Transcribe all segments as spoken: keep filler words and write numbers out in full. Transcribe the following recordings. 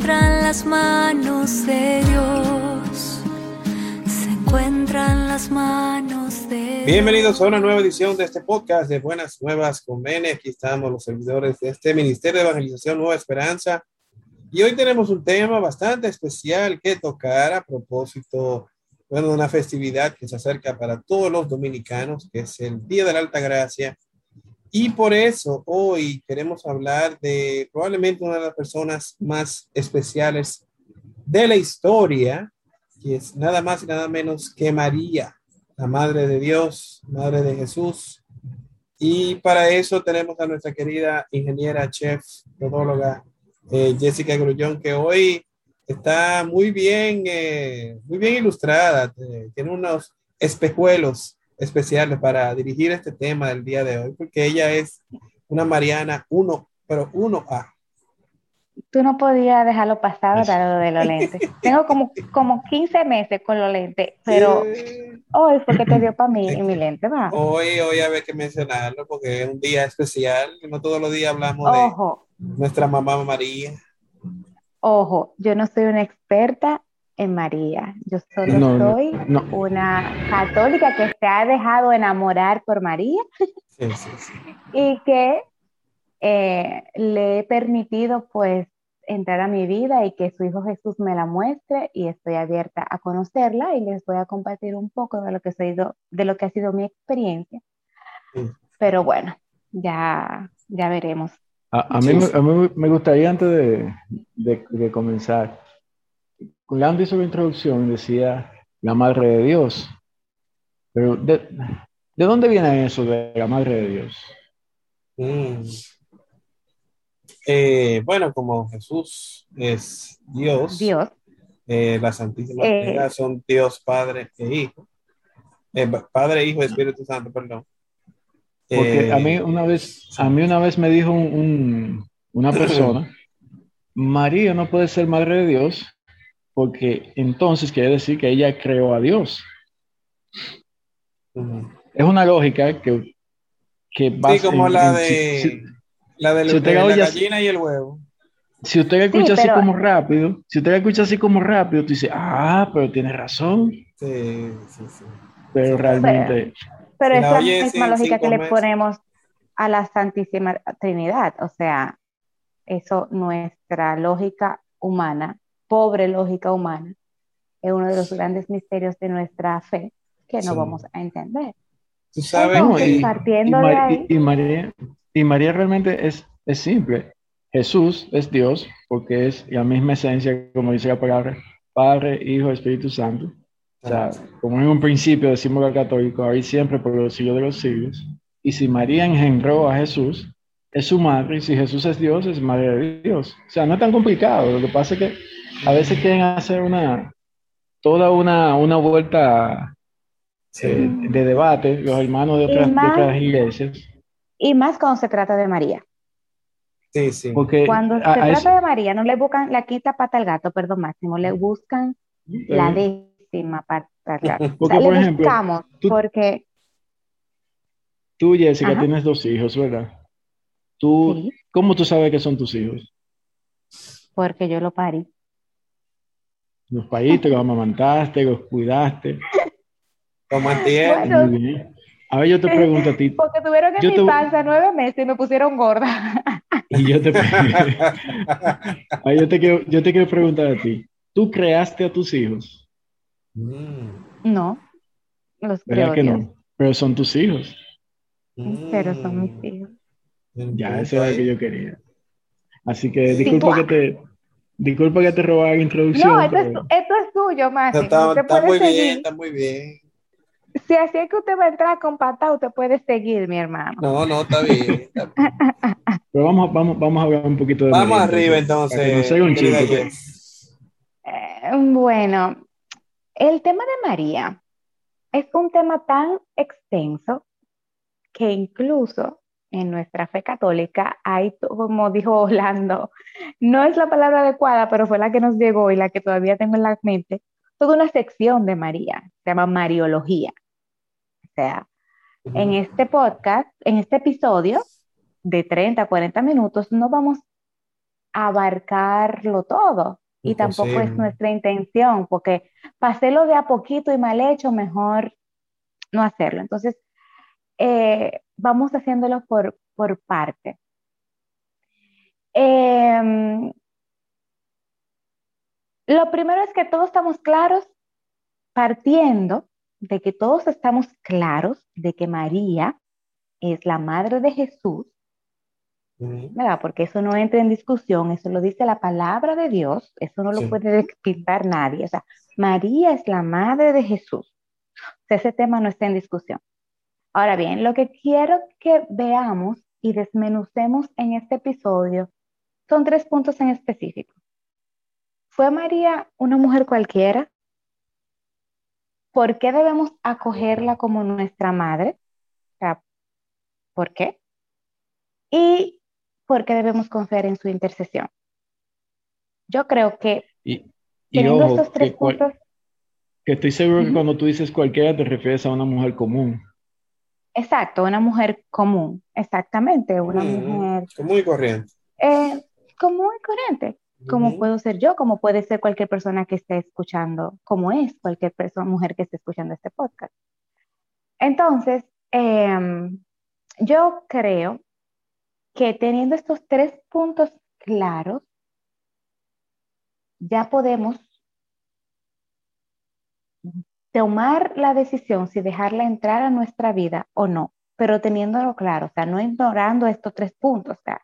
encuentran las manos de Dios, se encuentran las manos de Dios. Bienvenidos a una nueva edición de este podcast de Buenas Nuevas con Bene. Aquí estamos los servidores de este Ministerio de Evangelización Nueva Esperanza. Y hoy tenemos un tema bastante especial que tocar a propósito, bueno, de una festividad que se acerca para todos los dominicanos, que es el Día de la Alta Gracia. Y por eso hoy queremos hablar de probablemente una de las personas más especiales de la historia, que es nada más y nada menos que María, la Madre de Dios, Madre de Jesús. Y para eso tenemos a nuestra querida ingeniera, chef, todóloga, eh, Jessica Grullón, que hoy está muy bien, eh, muy bien ilustrada. Eh, tiene unos espejuelos especiales para dirigir este tema del día de hoy, porque ella es una Mariana uno, pero uno A. Tú no podías dejarlo pasar a lo de los lentes. Tengo como, como quince meses con los lentes, pero Eh, hoy fue que te dio para mí mi lente, va. hoy, hoy hay que mencionarlo porque es un día especial. No todos los días hablamos de Ojo, nuestra mamá María. ojo, yo no soy una experta en María. Yo solo No, no, soy no. una católica que se ha dejado enamorar por María Sí, sí, sí. y que eh, le he permitido pues entrar a mi vida y que su hijo Jesús me la muestre, y estoy abierta a conocerla y les voy a compartir un poco de lo que, soy do, de lo que ha sido mi experiencia. Sí. Pero bueno, ya, ya veremos. A, a, mí, Sí. a mí me gustaría antes de, de, de comenzar, Leandro hizo la introducción y decía la Madre de Dios, pero ¿de, ¿de dónde viene eso de la Madre de Dios? Mm. Eh, bueno, como Jesús es Dios, Dios, eh, la Santísima eh, Trinidad son Dios, Padre e Hijo. Eh, Padre, Hijo y Espíritu Santo, perdón. Porque Eh, a mí una vez, a mí una vez me dijo un, un, una persona, María no puede ser Madre de Dios, porque entonces quiere decir que ella creó a Dios. uh-huh. Es una lógica que, que va Sí, como en, la en- de si, si- la de si usted la la oye gallina así, y el huevo. si usted la escucha sí, así pero, como rápido, si usted la escucha así como rápido, tú dices, ah, pero tiene razón, Sí, sí, sí. pero Sí, la, pero, realmente, pero si es la la oyes misma en lógica que cinco le meses. ponemos a la Santísima Trinidad. O sea, eso, nuestra lógica humana, pobre lógica humana, es uno de los grandes misterios de nuestra fe que no Sí. vamos a entender. Tú sabes no, Entonces, que... y, y, partiendo de Mar- ahí, y- y María, y María realmente es, es simple. Jesús es Dios, porque es la misma esencia, como dice la palabra, Padre, Hijo, Espíritu Santo. O sea, como en un principio decimos los católicos, ahí siempre por los siglos de los siglos. Y si María engendró a Jesús, es su madre, y si Jesús es Dios, es madre de Dios. O sea, no es tan complicado. Lo que pasa es que a veces quieren hacer una, toda una, una vuelta Sí, eh, de debate, los hermanos de y otras, de más, otras iglesias, y más cuando se trata de María. sí, sí. porque Cuando a, se a trata eso, de María, no le buscan la quinta pata al gato, perdón, Máximo, le buscan la eh, décima pata al gato. O porque sea, le por ejemplo, buscamos tú, porque, tú, Jessica, ajá, tienes dos hijos, ¿verdad? Tú, sí, ¿cómo tú sabes que son tus hijos? porque yo lo parí. Los pariste, los amamantaste, los cuidaste. Lo mantiene. Bueno, Muy bien. Ahora yo te pregunto a ti, porque tuvieron en yo mi te, panza nueve meses y me pusieron gorda. y yo te, ahora yo te quiero, yo te quiero preguntar a ti, ¿tú creaste a tus hijos? Mm, No, los ¿Verdad creó que Dios, no? Pero son tus hijos. pero son mis mm. hijos. Un Ya, eso punto era lo que ahí. yo quería. Así que Sí, disculpa que te, disculpa que te robara la no, introducción, esto es, pero esto es suyo, Máximo. Está, Usted está puede muy bien, seguir. está muy bien. Si así es que usted va a entrar con pata, usted puede seguir, mi hermano. No, no, está bien, está bien. Pero vamos, vamos, vamos a hablar un poquito de Vamos María arriba entonces, para que no entonces, sea mi un querida chiste. Que, Jess. Eh, bueno, el tema de María es un tema tan extenso que incluso en nuestra fe católica hay, como dijo Orlando, no es la palabra adecuada, pero fue la que nos llegó y la que todavía tengo en la mente, toda una sección de María, se llama Mariología. O sea, en Ujú. este podcast, en este episodio de treinta a cuarenta minutos, no vamos abarcarlo todo. Y tampoco es Imposible. nuestra intención, porque para hacerlo de a poquito y mal hecho, mejor no hacerlo. Entonces, eh, vamos haciéndolo por, por parte. Em, lo primero es que todos estamos claros, partiendo de que todos estamos claros de que María es la madre de Jesús, Ujú. ¿verdad? Porque eso no entra en discusión, eso lo dice la palabra de Dios, eso no lo Sí. puede pintar nadie. O sea, María es la madre de Jesús. O sea, ese tema no está en discusión. Ahora bien, lo que quiero que veamos y desmenucemos en este episodio son tres puntos en específico. ¿Fue María una mujer cualquiera? ¿Por qué debemos acogerla como nuestra madre? O sea, ¿por qué? ¿Y por qué debemos confiar en su intercesión? Yo creo que Y, y teniendo ojo, estos tres que, cual- puntos, que estoy seguro que ujú, cuando tú dices cualquiera te refieres a una mujer común. exacto, una mujer común, exactamente, una Ujú. mujer Muy corriente. eh, común y corriente, como Ujú. puedo ser yo, como puede ser cualquier persona que esté escuchando, como es cualquier persona, mujer que esté escuchando este podcast. Entonces, em, yo creo que teniendo estos tres puntos claros, ya podemos tomar la decisión si dejarla entrar a nuestra vida o no, pero teniéndolo claro, o sea, no ignorando estos tres puntos, o sea,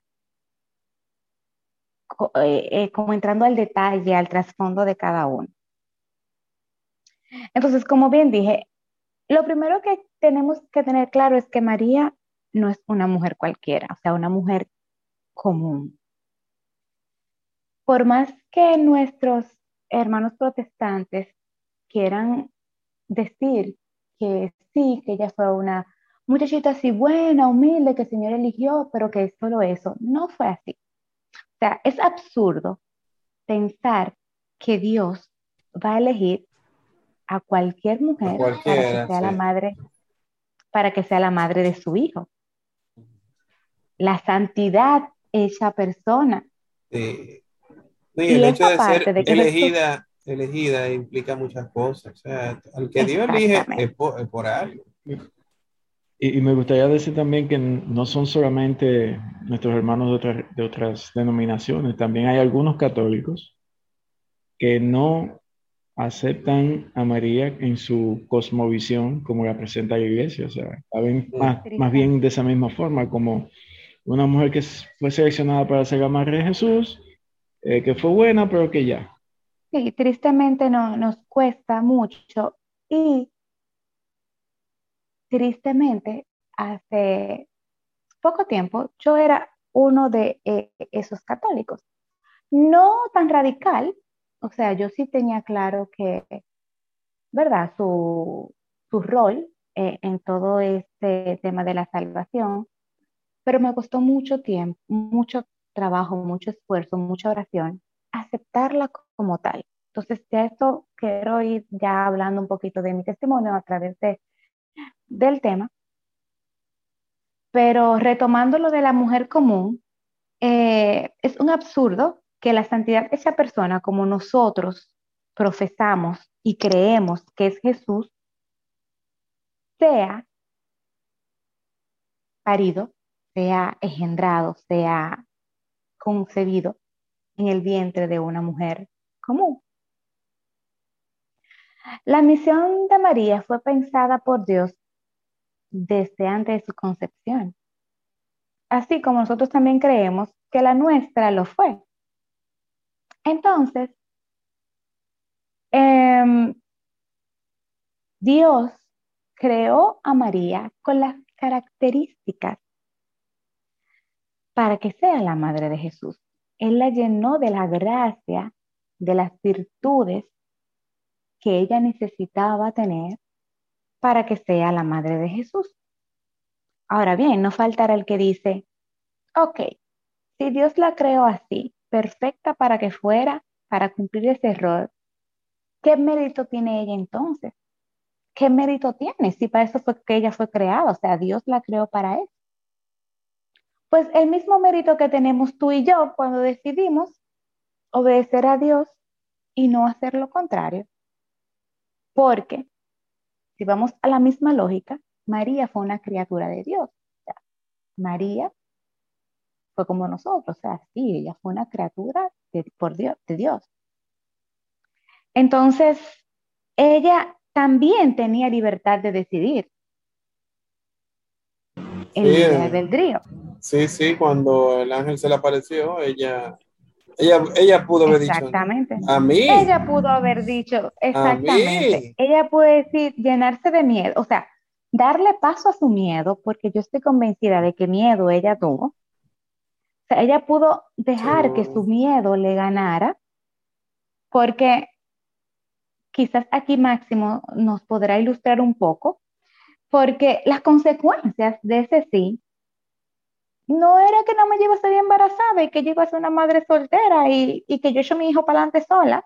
co- eh, eh, como entrando al detalle, al trasfondo de cada uno. Entonces, como bien dije, lo primero que tenemos que tener claro es que María no es una mujer cualquiera, o sea, una mujer común. Por más que nuestros hermanos protestantes quieran decir que sí, que ella fue una muchachita así buena, humilde, que el Señor eligió, pero que es solo eso, no fue así. O sea, es absurdo pensar que Dios va a elegir a cualquier A mujer para que cualquiera, sea sí. la madre, para que sea la madre de su hijo. La santidad hecha persona. Sí. No, y el Y hecho esa de ser parte de que Jesús, elegida, elegida implica muchas cosas. O sea, al que Dios elige exactamente, es por, es por algo. Y, y me gustaría decir también que n- no son solamente nuestros hermanos de, otras de otras denominaciones, también hay algunos católicos que no aceptan a María en su cosmovisión como la presenta la iglesia, o sea, la ven Mm. más, más triste. bien de esa misma forma, como una mujer que s- fue seleccionada para ser la madre de Jesús, eh, que fue buena, pero que ya. Sí, tristemente no, nos cuesta mucho y tristemente hace poco tiempo yo era uno de eh, esos católicos. No tan radical, o sea, yo sí tenía claro que, ¿verdad? Su, su rol eh, en todo este tema de la salvación, pero me costó mucho tiempo, mucho trabajo, mucho esfuerzo, mucha oración, aceptarla como tal. Entonces, ya esto quiero ir ya hablando un poquito de mi testimonio a través de, del tema, pero retomando lo de la mujer común, eh, es un absurdo que la santidad de esa persona, como nosotros profesamos y creemos que es Jesús, sea parido, sea engendrado, sea concebido en el vientre de una mujer común. La misión de María fue pensada por Dios desde antes de su concepción, así como nosotros también creemos que la nuestra lo fue. Entonces, eh, Dios creó a María con las características para que sea la madre de Jesús. Él la llenó de la gracia, de las virtudes que ella necesitaba tener para que sea la madre de Jesús. Ahora bien, no faltará el que dice, ok, si Dios la creó así, perfecta para que fuera, para cumplir ese rol, ¿qué mérito tiene ella entonces? ¿Qué mérito tiene? Si para eso fue que ella fue creada, o sea, Dios la creó para eso. pues el mismo mérito que tenemos tú y yo cuando decidimos obedecer a Dios y no hacer lo contrario. Porque, si vamos a la misma lógica, María fue una criatura de Dios. O sea, María fue como nosotros, o sea, sí, ella fue una criatura de, por Dios, de Dios. Entonces, ella también tenía libertad de decidir. El Sí, libre eh, albedrío. sí, sí, cuando el ángel se le apareció, ella, ella, ella pudo haber dicho, Exactamente. a mí, Ella pudo haber dicho, a exactamente. mí. Ella puede decir, llenarse de miedo, o sea, darle paso a su miedo, porque yo estoy convencida de que miedo ella tuvo. O sea, ella pudo dejar que su Seguro. miedo le ganara, porque quizás aquí Máximo nos podrá ilustrar un poco, porque las consecuencias de ese sí no era que no me llevase a ser embarazada y que yo iba a ser una madre soltera y, y que yo echo a mi hijo para adelante sola.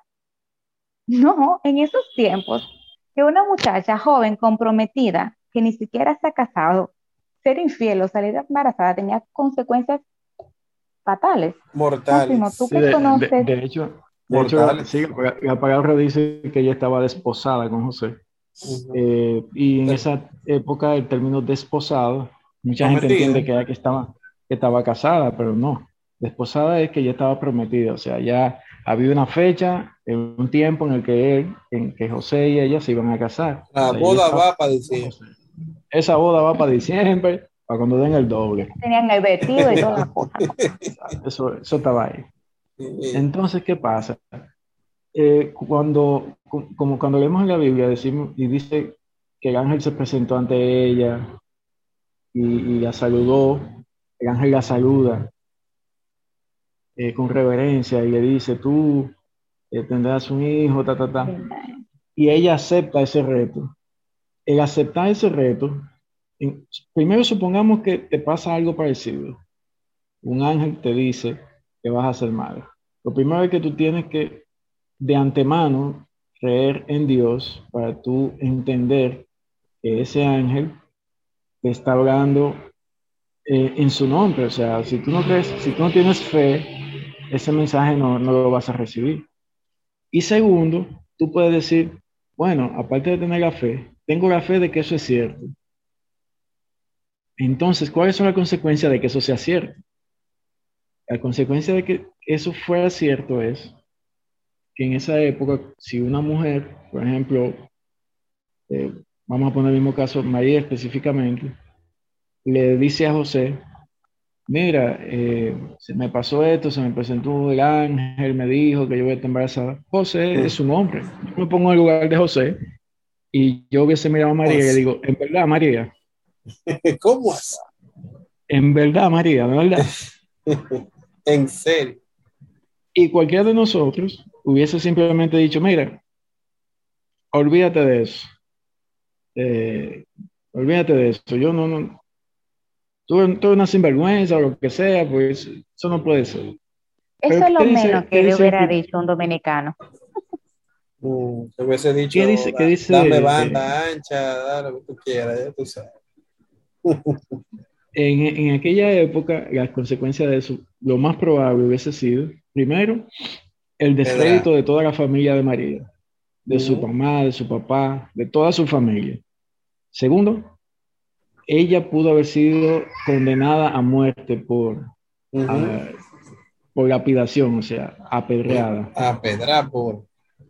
No, en esos tiempos, que una muchacha joven, comprometida, que ni siquiera se ha casado, ser infiel o salir embarazada tenía consecuencias fatales. Máximo, tú Mortales, Sí, que de, de- conoces, de hecho, de hecho, la- sí, mortales. la, la palabra dice que ella estaba desposada con José. Ujú. Eh, y en De- esa época el término desposado, mucha gente entiende Prometida. que era que estaba, que estaba casada, pero no. Desposada es que ya estaba prometida, o sea, ya había una fecha, en un tiempo en el que él, en que José y ella se iban a casar. O La sea, ella boda estaba va para con decir. José. Esa boda va para diciembre, para cuando den el doble. tenían el vestido y todas las cosas, ¿no? Eso, eso estaba ahí. Entonces, ¿qué pasa? Eh, cuando, co- como cuando leemos en la Biblia, decimos, y dice que el ángel se presentó ante ella y, y la saludó, el ángel la saluda eh, con reverencia y le dice, tú eh, tendrás un hijo, ta, ta, ta. Y ella acepta ese reto. El aceptar ese reto, en- primero supongamos que te pasa algo parecido. Un ángel te dice que vas a ser madre. Lo primero es que tú tienes que, de antemano, creer en Dios para tú entender que ese ángel te está hablando eh, en su nombre. O sea, si tú no crees, si tú no tienes fe, ese mensaje no, no lo vas a recibir. Y segundo, tú puedes decir, bueno, aparte de tener la fe, tengo la fe de que eso es cierto. Entonces, ¿cuáles son las consecuencias de que eso sea cierto? La consecuencia de que eso fuera cierto es que en esa época, si una mujer, por ejemplo, eh, vamos a poner el mismo caso, María específicamente, le dice a José, mira, eh, se me pasó esto, se me presentó el ángel, me dijo que yo voy a estar embarazada. José es un hombre. Yo me pongo en el lugar de José y yo hubiese mirado a María y le digo, en verdad, María, ¿Cómo así? en verdad, María, de verdad. En serio. Y cualquiera de nosotros hubiese simplemente dicho, mira, olvídate de eso. Eh, olvídate de eso. Yo no, no, tú, tú eres una sinvergüenza o lo que sea, pues eso no puede ser. eso Pero es ¿qué lo menos dice, qué que le dice, hubiera dicho un dominicano. Mm, te hubiese qué dicho, dice, qué "Da- dame dice eh, banda ancha, da lo que tú quieras, ya tú sabes". en, en aquella época, las consecuencias de eso, lo más probable hubiese sido, primero, el Pedra. descrédito de toda la familia de María, de su Ujú. mamá, de su papá, de toda su familia. Segundo, ella pudo haber sido condenada a muerte por, Ujú. a- por lapidación, o sea, apedreada. A pedra por.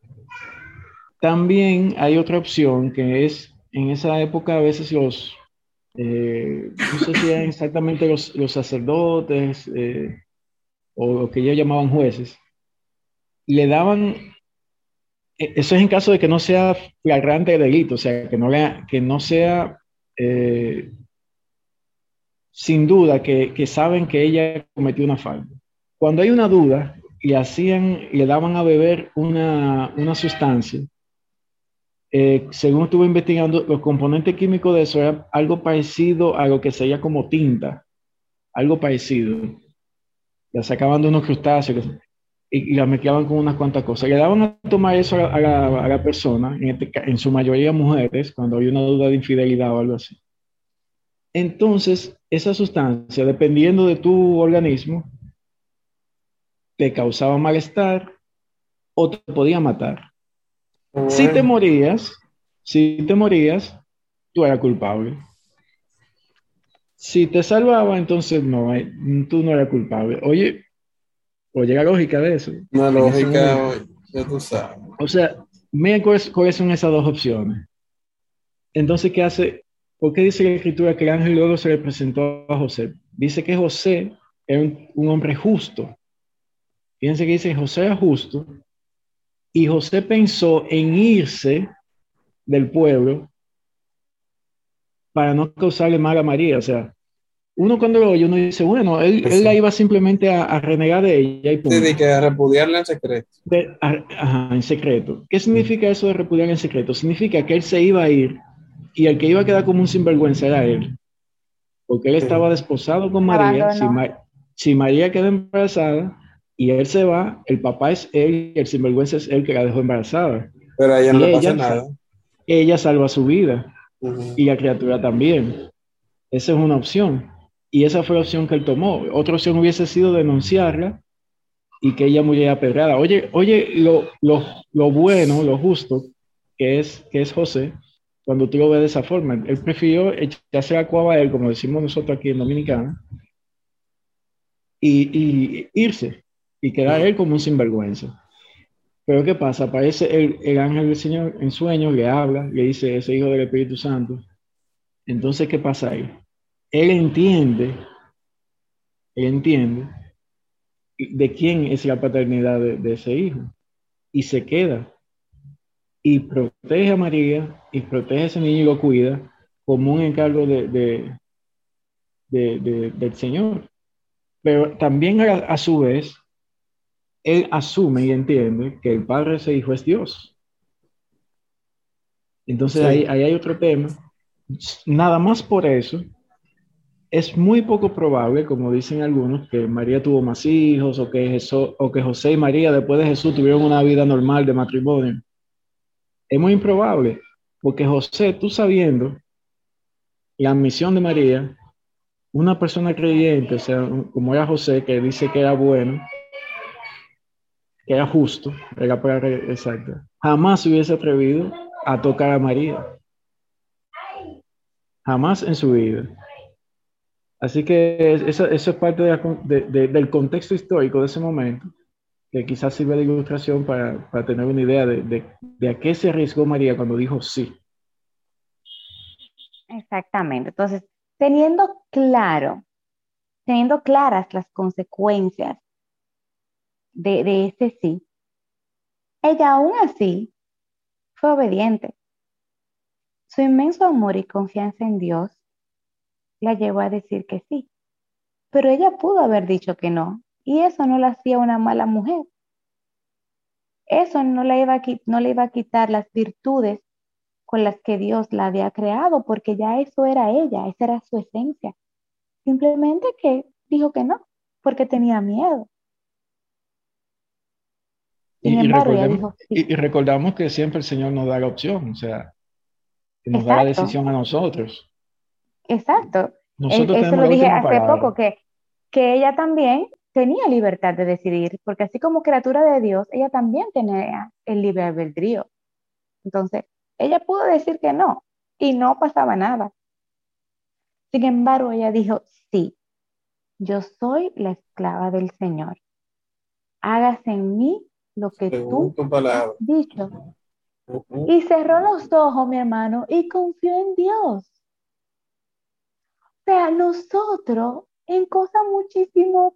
También hay otra opción que es, en esa época a veces los, eh, no sé si eran exactamente los, los sacerdotes eh, o lo que ellos llamaban jueces, le daban, eh, eso es en caso de que no sea flagrante delito, o sea, que no, le, que no sea eh, sin duda que, que saben que ella cometió una falta. Cuando hay una duda, le hacían, le daban a beber una, una sustancia. Eh, según estuve investigando, los componentes químicos de eso era algo parecido a lo que sería como tinta, algo parecido. La sacaban de unos crustáceos y, y la mezclaban con unas cuantas cosas. Le daban a tomar eso a la, a la, a la persona, en, este, en su mayoría mujeres, cuando hay una duda de infidelidad o algo así. Entonces, esa sustancia, dependiendo de tu organismo, te causaba malestar o te podía matar. Si te Bueno, morías, si te morías, tú eras culpable. Si te salvaba, entonces no, eh, tú no eras culpable. Oye, oye la lógica de eso. una En ese lógica, momento. oye, ya tú sabes. O sea, mira cuáles, cuáles son esas dos opciones. Entonces, ¿qué hace? ¿Por qué dice la escritura que el ángel luego se le presentó a José? Dice que José era un, un hombre justo. Fíjense que dice que José era justo y José pensó en irse del pueblo para no causarle mal a María. O sea, uno cuando lo oye, uno dice, bueno, él, él la Eso. iba simplemente a, a renegar de ella y Sí, punto. de que repudiarla en secreto. De- a- ajá, en secreto. ¿Qué significa eso de repudiar en secreto? Significa que él se iba a ir y el que iba a quedar como un sinvergüenza era él, porque él estaba Sí. desposado con María. Si, Abandonó. Ma- si María queda embarazada y él se va, el papá es él y el sinvergüenza es él que la dejó embarazada. Pero a ella no Y le pasa ella, sa- nada. ella salva su vida Ujú. y la criatura también. Esa es una opción. Y esa fue la opción que él tomó. Otra opción hubiese sido denunciarla y que ella muriera apedreada. Oye, oye, lo, lo, lo bueno, lo justo que es, que es José, cuando tú lo ves de esa forma. Él prefirió echarse la cuava a él, como decimos nosotros aquí en Dominicana, y, y irse, y quedar él como un sinvergüenza. Pero ¿qué pasa? Aparece el, el ángel del Señor en sueños, le habla, le dice, ese hijo del Espíritu Santo. Entonces, ¿qué pasa ahí? Él entiende, él entiende de quién es la paternidad de, de ese hijo, y se queda. Y protege a María y protege a ese niño y lo cuida como un encargo de, de, de, de, del Señor. Pero también a, a, su vez, él asume y entiende que el Padre de ese hijo es Dios. Entonces ahí, Sí. ahí hay otro tema. Nada más por eso, es muy poco probable, como dicen algunos, que María tuvo más hijos o que, Jesús, o que José y María después de Jesús tuvieron una vida normal de matrimonio. Es muy improbable, porque José, tú sabiendo la misión de María, una persona creyente, o sea, como era José, que dice que era bueno, que era justo, era para exacto, jamás se hubiese atrevido a tocar a María, jamás en su vida. Así que eso, eso es parte de la, de, de, del contexto histórico de ese momento, que quizás sirve de ilustración para, para tener una idea de, de, de a qué se arriesgó María cuando dijo sí. Exactamente. Entonces, teniendo claro, teniendo claras las consecuencias de, de ese sí, ella aún así fue obediente. Su inmenso amor y confianza en Dios la llevó a decir que sí, pero ella pudo haber dicho que no, y eso no la hacía una mala mujer. Eso no le iba a, qui- no le iba a quitar las virtudes con las que Dios la había creado, porque ya eso era ella, esa era su esencia. Simplemente que dijo que no, porque tenía miedo. Sin Y, y, embargo, ella recordemos, dijo sí. y, y recordamos que siempre el Señor nos da la opción, o sea, que nos da la Exacto, decisión a nosotros. exacto. E- Nosotros Eso tenemos lo la dije última hace poco, palabra. que, que ella también tenía libertad de decidir, porque así como criatura de Dios, ella también tenía el libre albedrío. Entonces, ella pudo decir que no, y no pasaba nada. Sin embargo, ella dijo, sí, yo soy la esclava del Señor. Hágase en mí lo que Según tú tu has palabra. dicho. Ujú. Y cerró los ojos, mi hermano, y confió en Dios. O sea, nosotros en cosas muchísimo,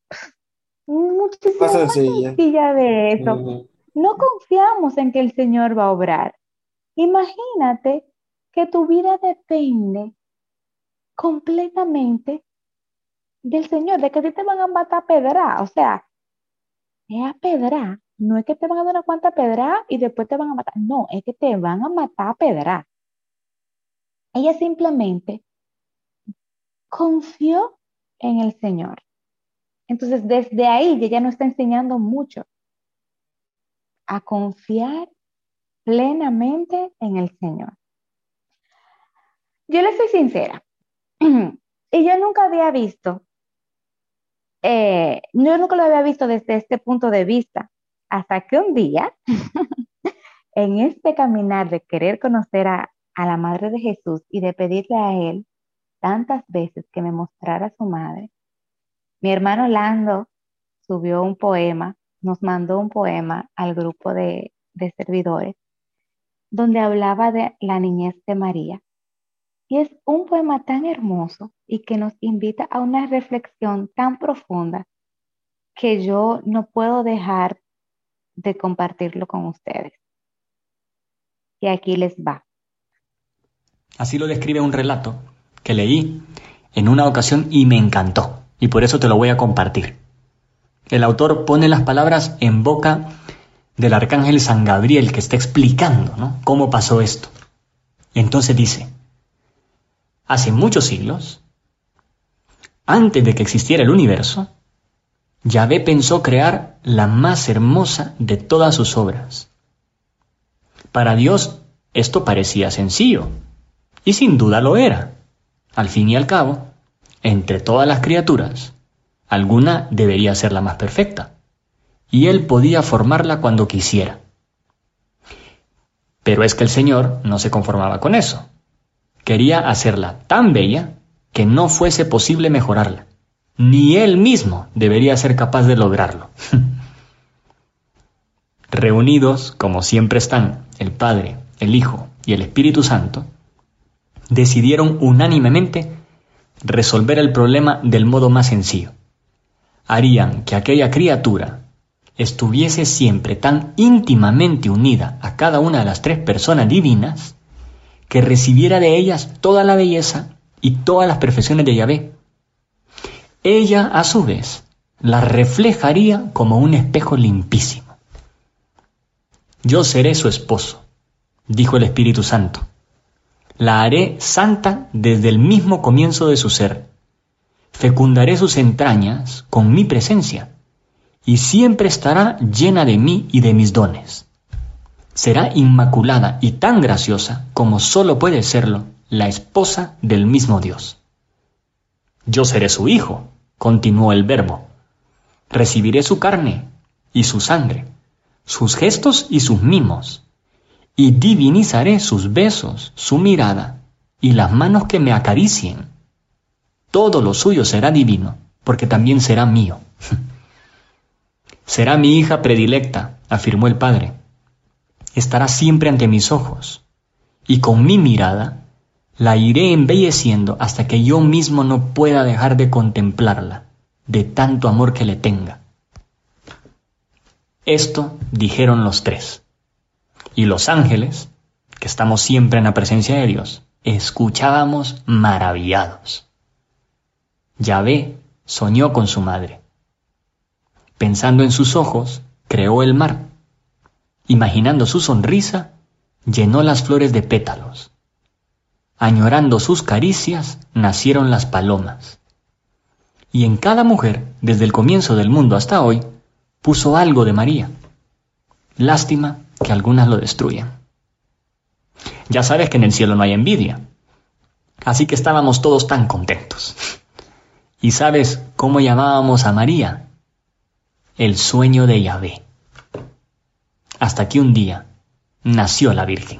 Más muchísimo más sencilla. sencillas de eso, Ujú. no confiamos en que el Señor va a obrar. Imagínate que tu vida depende completamente del Señor, de que a ti te van a matar a pedra. O sea, es a pedra. No es que te van a dar una cuanta pedra y después te van a matar. No, es que te van a matar a pedra. Ella simplemente confió en el Señor. Entonces, desde ahí ella nos está enseñando mucho a confiar plenamente en el Señor. Yo le soy sincera. Y yo nunca había visto, eh, yo nunca lo había visto desde este punto de vista, hasta que un día, en este caminar de querer conocer a, a la madre de Jesús y de pedirle a él tantas veces que me mostrara a su madre, mi hermano Lando subió un poema, nos mandó un poema al grupo de, de servidores, donde hablaba de la niñez de María. Y es un poema tan hermoso y que nos invita a una reflexión tan profunda que yo no puedo dejar de compartirlo con ustedes. Y aquí les va. Así lo describe un relato que leí en una ocasión y me encantó, y por eso te lo voy a compartir. El autor pone las palabras en boca del arcángel San Gabriel, que está explicando, ¿no?, cómo pasó esto. Y entonces dice: hace muchos siglos, antes de que existiera el universo, Yahvé pensó crear la más hermosa de todas sus obras. Para Dios esto parecía sencillo, y sin duda lo era. Al fin y al cabo, entre todas las criaturas, alguna debería ser la más perfecta, y Él podía formarla cuando quisiera. Pero es que el Señor no se conformaba con eso. Quería hacerla tan bella que no fuese posible mejorarla. Ni Él mismo debería ser capaz de lograrlo. Reunidos, como siempre están, el Padre, el Hijo y el Espíritu Santo, decidieron unánimemente resolver el problema del modo más sencillo. Harían que aquella criatura estuviese siempre tan íntimamente unida a cada una de las tres personas divinas que recibiera de ellas toda la belleza y todas las perfecciones de Yahvé. Ella, a su vez, la reflejaría como un espejo limpísimo. Yo seré su esposo, dijo el Espíritu Santo. La haré santa desde el mismo comienzo de su ser. Fecundaré sus entrañas con mi presencia, y siempre estará llena de mí y de mis dones. Será inmaculada y tan graciosa como solo puede serlo la esposa del mismo Dios. Yo seré su hijo, continuó el Verbo. Recibiré su carne y su sangre, sus gestos y sus mimos, y divinizaré sus besos, su mirada y las manos que me acaricien. Todo lo suyo será divino, porque también será mío. Será mi hija predilecta, afirmó el Padre. Estará siempre ante mis ojos, y con mi mirada la iré embelleciendo hasta que yo mismo no pueda dejar de contemplarla, de tanto amor que le tenga. Esto dijeron los tres, y los ángeles, que estamos siempre en la presencia de Dios, escuchábamos maravillados. Yahvé soñó con su madre. Pensando en sus ojos, creó el mar. Imaginando su sonrisa, llenó las flores de pétalos. Añorando sus caricias, nacieron las palomas. Y en cada mujer, desde el comienzo del mundo hasta hoy, puso algo de María. Lástima que algunas lo destruyen. Ya sabes que en el cielo no hay envidia. Así que estábamos todos tan contentos. ¿Y sabes cómo llamábamos a María? El sueño de Yahvé. Hasta que un día nació la Virgen.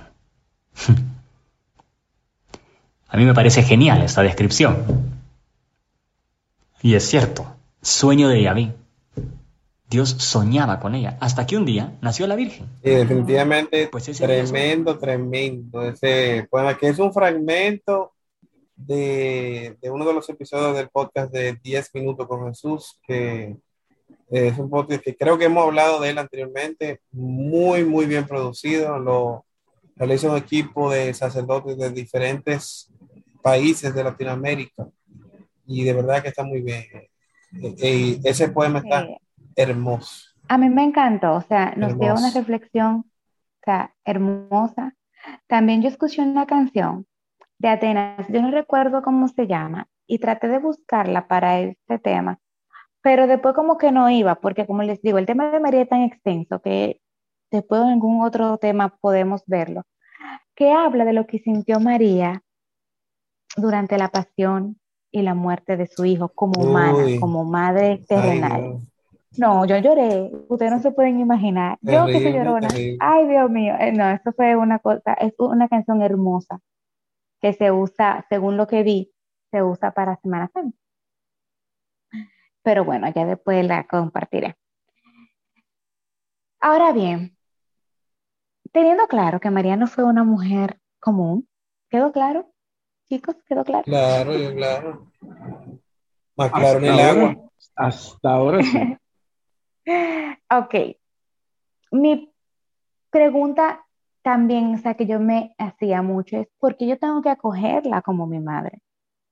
A mí me parece genial esta descripción. Y es cierto, sueño de Yahvé. Dios soñaba con ella, hasta que un día nació la Virgen. Sí, definitivamente, pues ese tremendo, tremendo. Ese poema que es un fragmento de, de uno de los episodios del podcast de diez minutos con Jesús, que es un podcast que creo que hemos hablado de él anteriormente, muy, muy bien producido. Lo realiza un equipo de sacerdotes de diferentes países de Latinoamérica y de verdad que está muy bien. Y ese poema está Eh, hermoso. a mí me encantó, o sea, nos dio una Hermoso. reflexión, o sea, hermosa. También yo escuché una canción de Atenas, yo no recuerdo cómo se llama, y traté de buscarla para este tema, pero después como que no iba, porque como les digo, el tema de María es tan extenso que después en algún otro tema podemos verlo, que habla de lo que sintió María durante la pasión, y la muerte de su hijo como humana, Uy, como madre ay, terrenal. Dios, No, yo lloré, ustedes no se pueden imaginar. Yo que soy terrible, llorona, terrible. ay Dios mío, eh, no, esto fue una cosa, es una canción hermosa que se usa, según lo que vi, se usa para Semana Santa. Pero bueno, ya después la compartiré. Ahora bien, teniendo claro que María no fue una mujer común, ¿quedó claro? Chicos, ¿quedó claro? Claro, yo, claro. Más claro en Hasta el agua. ahora, hasta ahora sí. Ok, mi pregunta también, o sea, que yo me hacía mucho es, ¿por qué yo tengo que acogerla como mi madre?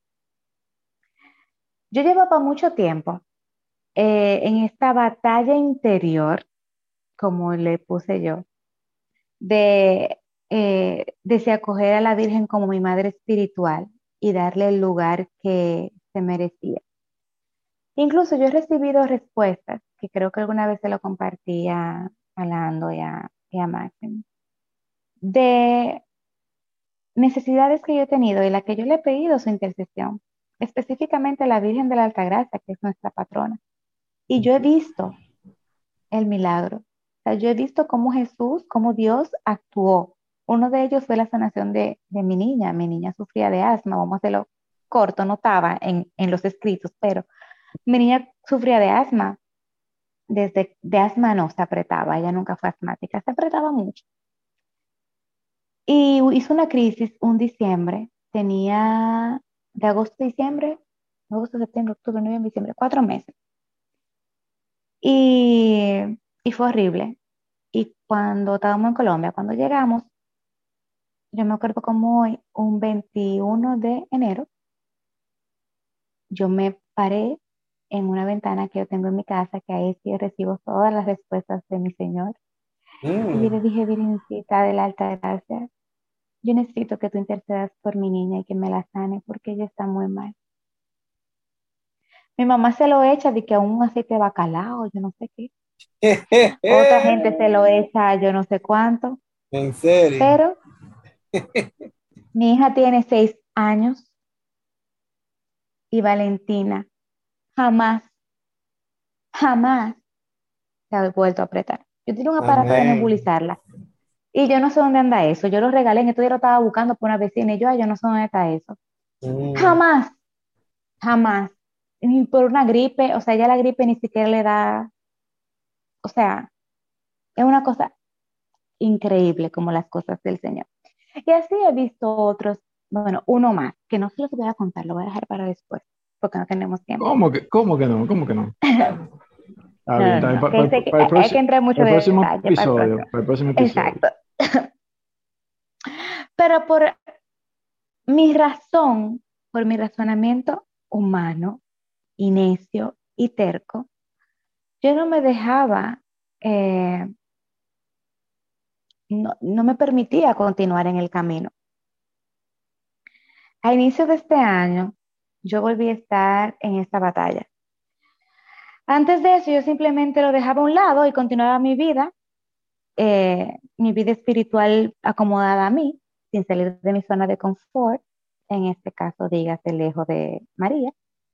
Yo llevaba mucho tiempo eh, en esta batalla interior, como le puse yo, de, eh, de si acoger a la Virgen como mi madre espiritual y darle el lugar que se merecía. Incluso yo he recibido respuestas, que creo que alguna vez se lo compartí a, a Lando y a, y a Máximo, de necesidades que yo he tenido y la que yo le he pedido su intercesión, específicamente a la Virgen de la Altagracia, que es nuestra patrona. Y yo he visto el milagro. O sea, yo he visto cómo Jesús, cómo Dios actuó. Uno de ellos fue la sanación de, de mi niña. Mi niña sufría de asma, vamos a hacerlo corto, no estaba en, en los escritos, pero mi niña sufría de asma. Desde de asma no se apretaba, ella nunca fue asmática, se apretaba mucho. Y hizo una crisis un diciembre, tenía de agosto a diciembre, agosto, septiembre, octubre, noviembre, diciembre, cuatro meses. Y, y fue horrible. Y cuando estábamos en Colombia, cuando llegamos, yo me acuerdo como hoy, un veintiuno de enero, yo me paré en una ventana que yo tengo en mi casa, que ahí sí recibo todas las respuestas de mi Señor. Y yo le Mm. dije, Virgencita de la Alta Gracia, yo necesito que tú intercedas por mi niña y que me la sane porque ella está muy mal. Mi mamá se lo echa de que a un aceite de bacalao, yo no sé qué. Otra gente se lo echa, yo no sé cuánto. En serio. Pero mi hija tiene seis años y Valentina jamás, jamás se ha vuelto a apretar. Yo tengo un aparato de Amén. nebulizarla y yo no sé dónde anda eso. Yo lo regalé, en estos días lo estaba buscando por una vecina y yo, ay, yo no sé dónde está eso. Mm. Jamás, jamás. Ni por una gripe, o sea, ya la gripe ni siquiera le da, o sea, es una cosa increíble como las cosas del Señor. Y así he visto otros, bueno, uno más, que no se los voy a contar, lo voy a dejar para después, porque no tenemos tiempo. ¿Cómo que, cómo que no? ¿Cómo que no? Está bien, No, no, está bien. no, Pa- que pa- ese- pa- para el hay que próximo, entrar mucho para el próximo detalle para el episodio, próximo. para el próximo episodio. Exacto. Pero por mi razón, por mi razonamiento humano y necio y terco, yo no me dejaba, eh, no, no me permitía continuar en el camino. A inicio de este año, yo volví a estar en esta batalla. Antes de eso, yo simplemente lo dejaba a un lado y continuaba mi vida, eh, mi vida espiritual acomodada a mí, sin salir de mi zona de confort, en este caso, dígase, lejos de María.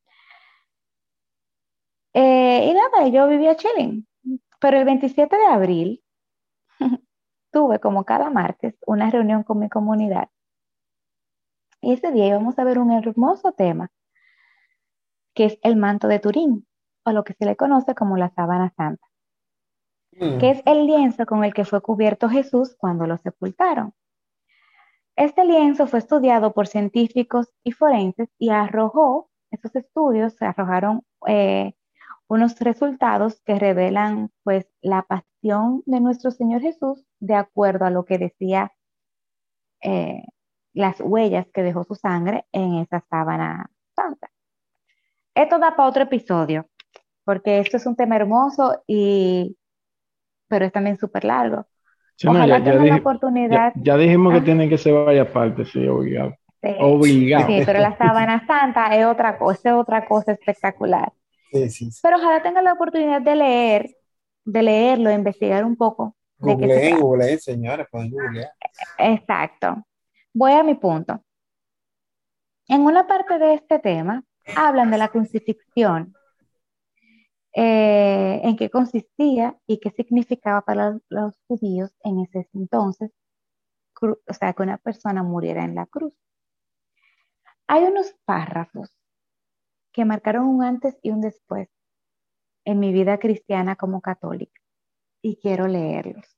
Eh, y nada, yo vivía chilling. Pero el veintisiete de abril tuve, como cada martes, una reunión con mi comunidad. Y ese día íbamos a ver un hermoso tema, que es el manto de Turín, o lo que se le conoce como la sábana santa, que Mm. es el lienzo con el que fue cubierto Jesús cuando lo sepultaron. Este lienzo fue estudiado por científicos y forenses y arrojó, esos estudios arrojaron eh, unos resultados que revelan pues la pasión de nuestro Señor Jesús de acuerdo a lo que decía eh, las huellas que dejó su sangre en esa sábana santa. Esto da para otro episodio, porque esto es un tema hermoso y pero es también súper largo. Sí, no, ya, Ojalá ya, tengan la dije- ya, oportunidad. ya dijimos que Ah, tienen que ser varias partes, sí, obligado. sí, Obligado. sí, pero la sábana santa es otra cosa, es otra cosa espectacular. Sí, sí, sí. Pero ojalá tengan la oportunidad de leer, de leerlo, de investigar un poco de qué se Googleen, trata. googleen, señores, pueden googlear. Exacto. Voy a mi punto. En una parte de este tema, hablan de la crucifixión, eh, en qué consistía y qué significaba para los, los judíos en ese entonces, cru- o sea, que una persona muriera en la cruz. Hay unos párrafos que marcaron un antes y un después en mi vida cristiana como católica y quiero leerlos.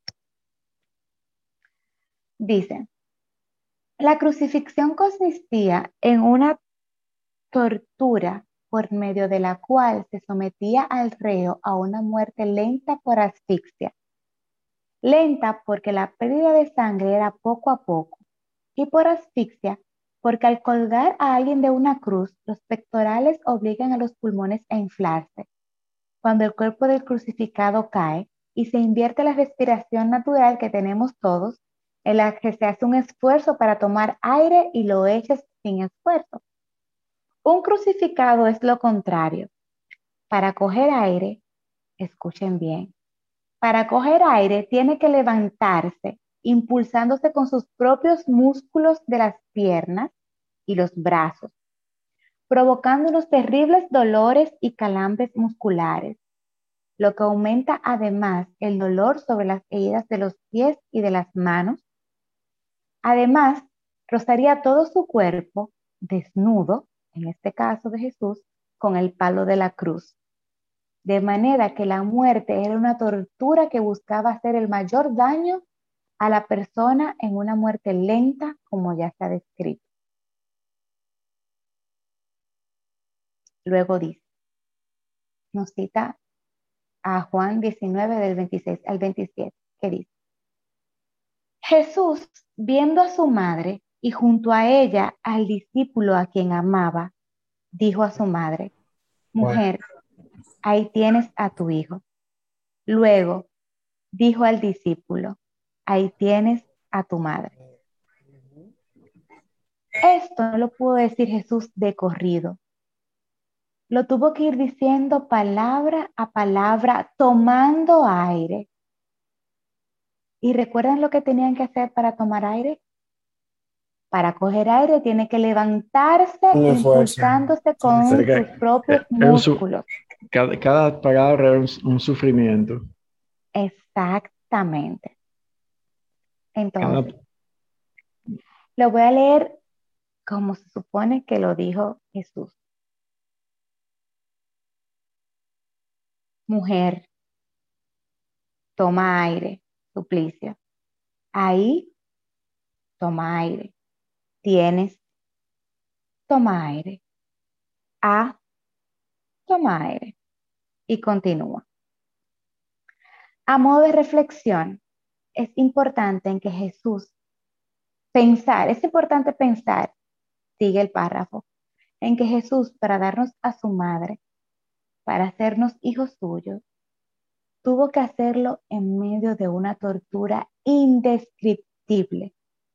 Dice, la crucifixión consistía en una tortura por medio de la cual se sometía al reo a una muerte lenta por asfixia. Lenta porque la pérdida de sangre era poco a poco y por asfixia porque al colgar a alguien de una cruz, los pectorales obligan a los pulmones a inflarse. Cuando el cuerpo del crucificado cae y se invierte la respiración natural que tenemos todos, en la que se hace un esfuerzo para tomar aire y lo echas sin esfuerzo. Un crucificado es lo contrario. Para coger aire, escuchen bien, para coger aire tiene que levantarse, impulsándose con sus propios músculos de las piernas y los brazos, provocando unos terribles dolores y calambres musculares, lo que aumenta además el dolor sobre las heridas de los pies y de las manos. Además, rozaría todo su cuerpo desnudo, en este caso de Jesús, con el palo de la cruz. De manera que la muerte era una tortura que buscaba hacer el mayor daño a la persona en una muerte lenta, como ya se ha descrito. Luego dice, nos cita a Juan diecinueve del veintiséis al veintisiete, que dice, Jesús, viendo a su madre y junto a ella al discípulo a quien amaba, dijo a su madre, mujer, ahí tienes a tu hijo. Luego dijo al discípulo, ahí tienes a tu madre. Esto no lo pudo decir Jesús de corrido. Lo tuvo que ir diciendo palabra a palabra, tomando aire. ¿Y recuerdan lo que tenían que hacer para tomar aire? Para coger aire tiene que levantarse impulsándose con Sí, sus propios era un su- músculos. cada, cada palabra era un, un sufrimiento. Exactamente. Cada, Entonces, lo voy a leer como se supone que lo dijo Jesús. Mujer, toma aire, suplicio. Ahí, toma aire. Tienes, toma aire. A, toma aire. Y continúa. A modo de reflexión, es importante en que Jesús, pensar, es importante pensar, sigue el párrafo, en que Jesús, para darnos a su madre, para hacernos hijos suyos, tuvo que hacerlo en medio de una tortura indescriptible.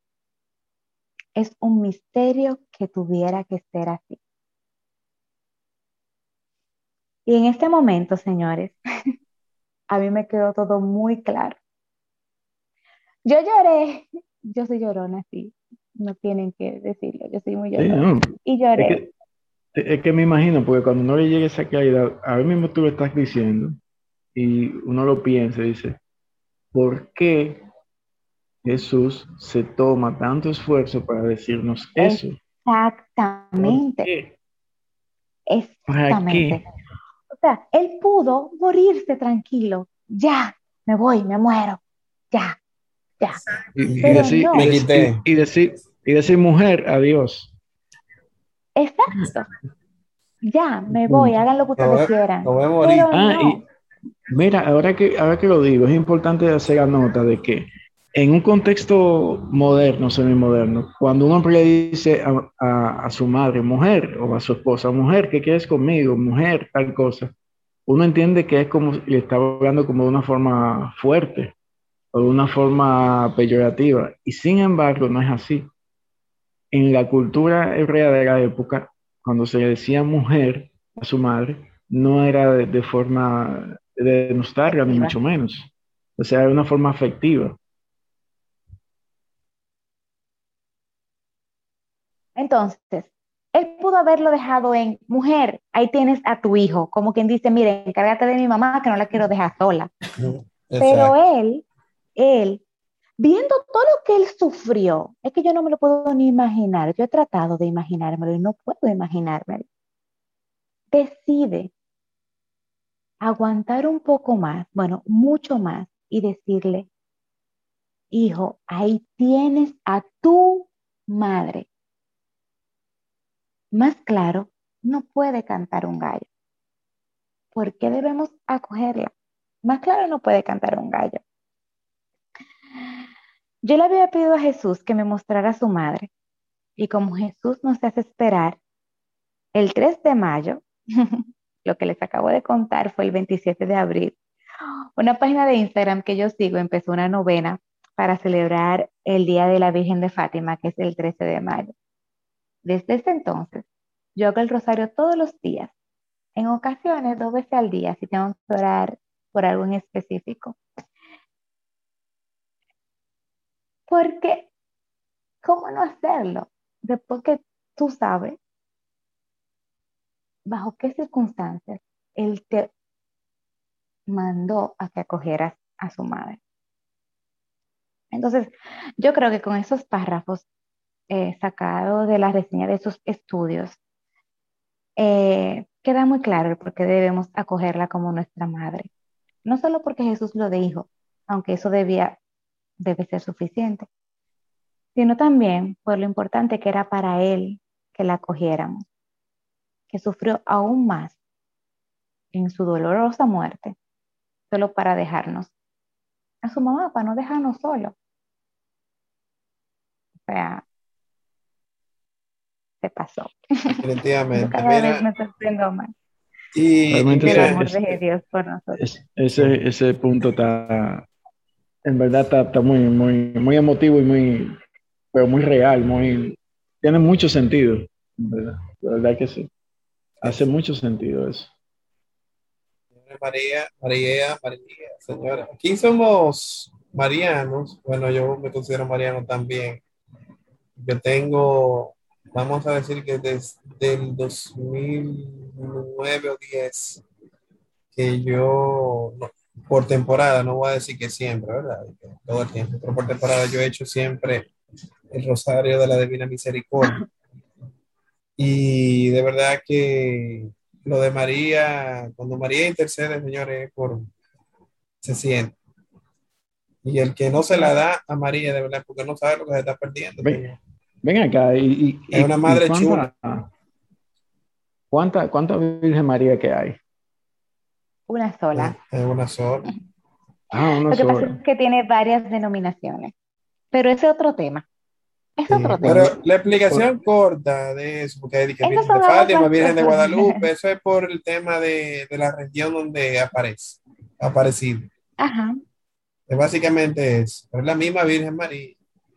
Es un misterio que tuviera que ser así. Y en este momento, señores, a mí me quedó todo muy claro. Yo lloré, yo soy llorona, sí, no tienen que decirlo, yo soy muy sí, llorona. no, Y es lloré. que, es que me imagino, porque cuando no le llegue esa claridad, ahora mismo tú lo estás diciendo, y uno lo piensa y dice, ¿por qué Jesús se toma tanto esfuerzo para decirnos eso? ¿Por Exactamente, qué? ¿Para qué? exactamente. O sea, él pudo morirse tranquilo. Ya, me voy, me muero. Ya, ya. Y, y Pero decir, y, no, Me dec- quité. y- y decir, y decir mujer, adiós. exacto. Ya, me voy, Punto. hagan lo que No, ustedes me- quieran. no me morí. Pero Ah, no. y mira, ahora que, ahora que lo digo, es importante hacer la nota de que en un contexto moderno, semimoderno, cuando un hombre le dice a, a- a su madre, mujer, o a su esposa, mujer, ¿qué quieres conmigo? Mujer, tal cosa, uno entiende que es como, le está hablando como de una forma fuerte o de una forma peyorativa. Y sin embargo, no es así. En la cultura hebrea de la época, cuando se le decía mujer a su madre, no era de, de forma de denostarla, ni Efectiva. mucho menos. O sea, era una forma afectiva. Entonces, él pudo haberlo dejado en, mujer, ahí tienes a tu hijo, como quien dice, mire, encárgate de mi mamá que no la quiero dejar sola. Exacto. Pero él, él, viendo todo lo que él sufrió, es que yo no me lo puedo ni imaginar. Yo he tratado de imaginármelo y no puedo imaginármelo. Decide aguantar un poco más, bueno, mucho más, y decirle, hijo, ahí tienes a tu madre. Más claro, no puede cantar un gallo. ¿Por qué debemos acogerla? Más claro, no puede cantar un gallo. Yo le había pedido a Jesús que me mostrara a su madre, y como Jesús nos hace esperar, el tres de mayo, lo que les acabo de contar fue el veintisiete de abril, una página de Instagram que yo sigo empezó una novena para celebrar el Día de la Virgen de Fátima, que es el trece de mayo. Desde ese entonces, yo hago el rosario todos los días, en ocasiones dos veces al día, si tengo que orar por algo en específico. Porque, ¿cómo no hacerlo? Después que tú sabes bajo qué circunstancias Él te mandó a que acogieras a su madre. Entonces, yo creo que con esos párrafos eh, sacados de la reseña de esos estudios, eh, queda muy claro el por qué debemos acogerla como nuestra madre. No solo porque Jesús lo dijo, aunque eso debía, debe ser suficiente, sino también por lo importante que era para Él que la acogiéramos, que sufrió aún más en su dolorosa muerte, solo para dejarnos a su mamá, para no dejarnos solos. O sea, se pasó. Definitivamente. Cada Mira, vez me sorprendo más. y, y Realmente El mira, amor es- de Dios por nosotros. Es- ese, ese punto está, en verdad está, está muy, muy, muy emotivo y muy, pero muy real, muy, tiene mucho sentido, en verdad, la verdad que sí. Hace mucho sentido eso. María, María, María, señora. Aquí somos marianos. Bueno, yo me considero mariano también. Yo tengo, vamos a decir que desde el dos mil nueve o diez, que yo, no, por temporada, no voy a decir que siempre, ¿verdad? Que todo el tiempo, pero por temporada yo he hecho siempre el Rosario de la Divina Misericordia. Y de verdad que lo de María, cuando María intercede, señores, por, se siente. Y el que no se la da a María, de verdad, porque no sabe lo que se está perdiendo, Ven, señor. ven acá, y, y- Es una y- madre y cuánta, ¿cuánta, cuánta Virgen María que hay? Una sola. Es una sola. Ah, una Lo que pasa sola. es que tiene varias denominaciones, pero ese es otro tema. Es Sí, otro tema. pero la explicación corta de eso, porque hay que Esas Virgen son de aguas Fátima, más Virgen de profundas. Guadalupe, eso es por el tema de, de la región donde aparece, ha aparecido. Ajá. Es básicamente eso, pero es la misma Virgen María.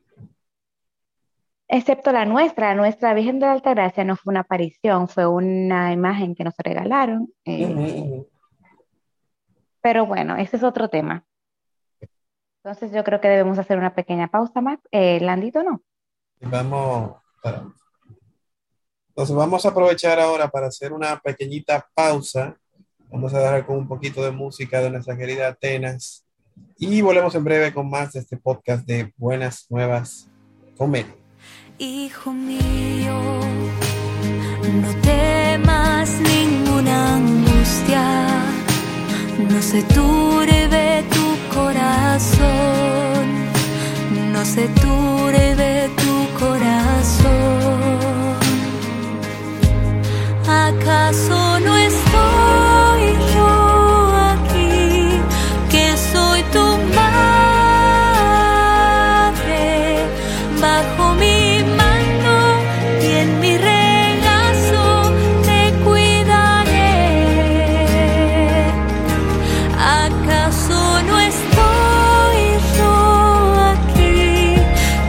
Excepto la nuestra, nuestra Virgen de la Altagracia no fue una aparición, fue una imagen que nos regalaron. eh, Ujú, ujú. Pero bueno, ese es otro tema. Entonces yo creo que debemos hacer una pequeña pausa más. Eh, Landito, ¿no? Y vamos, para- entonces vamos a aprovechar ahora para hacer una pequeñita pausa. Vamos a dar con un poquito de música de nuestra querida Atenas y volvemos en breve con más de este podcast de Buenas Nuevas con Meli. Hijo mío, no temas ninguna angustia, no se turbe tu corazón, no se turbe tu corazón. ¿Acaso no estoy yo aquí, que soy tu madre, bajo mi mano y en mi regazo te cuidaré? ¿Acaso no estoy yo aquí,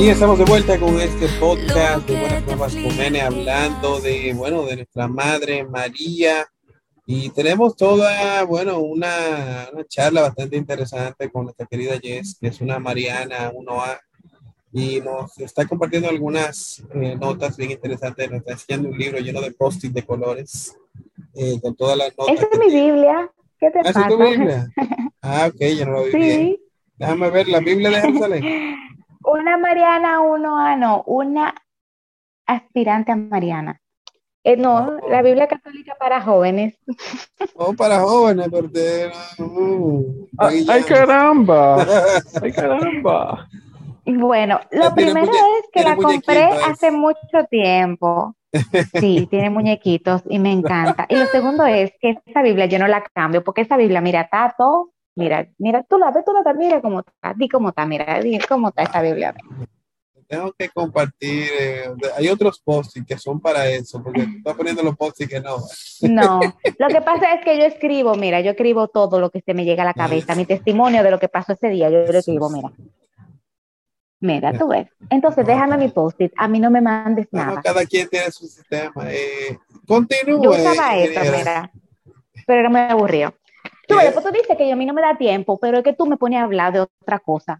Y estamos de vuelta con este podcast de Buenas Nuevas con Mene, hablando de, bueno, de nuestra Madre María. Y tenemos toda, bueno, una, una charla bastante interesante con nuestra querida Jess, que es una Mariana uno A, y nos está compartiendo algunas eh, notas bien interesantes. Nos está enseñando un libro lleno de post-it de colores, eh, con todas las notas. Esa que es mi tiene. Biblia. ¿Qué te ¿Ah, esa pasa? es tu Biblia? Ah, ok, yo no lo vi Sí. bien. Déjame ver la Biblia de Jerusalén. Una Mariana uno A, no, una aspirante a Mariana. Eh, no, Oh. la Biblia católica para jóvenes. Oh, para jóvenes, pero te... uh, ¡Ay, ay, caramba! ¡Ay, caramba! Bueno, lo Tiene primero muñe- es que tiene la compré muñequitos, hace es. mucho tiempo. Sí, tiene muñequitos y me encanta. Y lo segundo es que esa Biblia yo no la cambio, porque esa Biblia, mira, está todo, mira, mira, tú la ves, tú la ves, mira cómo está, di cómo está, mira, di cómo está esa Biblia. Tengo que compartir, eh, hay otros posts que son para eso, porque tú estás poniendo los posts que no. No, lo que pasa es que yo escribo, mira, yo escribo todo lo que se me llega a la cabeza, mi testimonio de lo que pasó ese día, yo lo escribo, mira. Mira, tú ves. Entonces, déjame mi post-it, a mí no me mandes No, no, nada. cada quien tiene su sistema. Eh, continúe. Yo usaba eso, ingeniera. mira, pero era muy aburrido. Tú, ¿Qué? después tú dices que a mí no me da tiempo, pero es que tú me pones a hablar de otra cosa.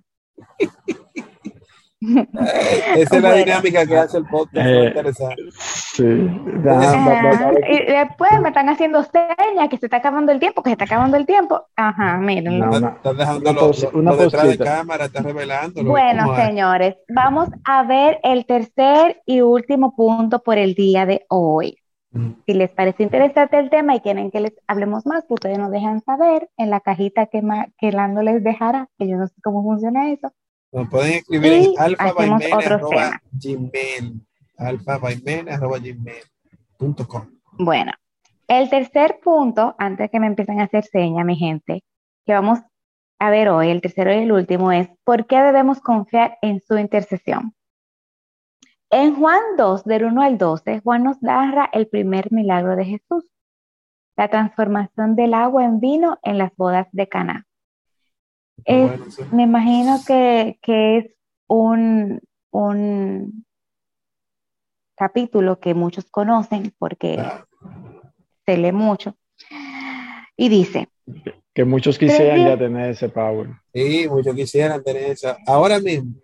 Esa es la Bueno. dinámica que hace el podcast, Eh, muy interesante. Sí. Da- da- da- Ajá. da- Y después me están haciendo señas que se está acabando el tiempo, que se está acabando el tiempo. Ajá, miren. No, Estás una- estás dejando una lo, posi- lo- una lo detrás de posita. cámara, estás revelándolo. Bueno, ¿Cómo es? señores, vamos a ver el tercer y último punto por el día de hoy. Mm. Si les parece interesante el tema y quieren que les hablemos más, ustedes nos dejan saber en la cajita que, ma- que Lando les dejará, que yo no sé cómo funciona eso. Nos pueden escribir Y en alfa hacemos by mene otros arroba temas. gmail, alfa by mene arroba gmail punto com. Bueno, el tercer punto, antes que me empiecen a hacer señas, mi gente, que vamos a ver hoy, el tercero y el último, es ¿por qué debemos confiar en su intercesión? En Juan dos, del uno al doce, Juan nos narra el primer milagro de Jesús, la transformación del agua en vino en las bodas de Caná. Es, Bueno, sí. me imagino que, que es un, un capítulo que muchos conocen porque Claro. se lee mucho. Y dice, Que muchos quisieran Tres ya días. tener ese power. Sí, muchos quisieran tener eso. Ahora mismo.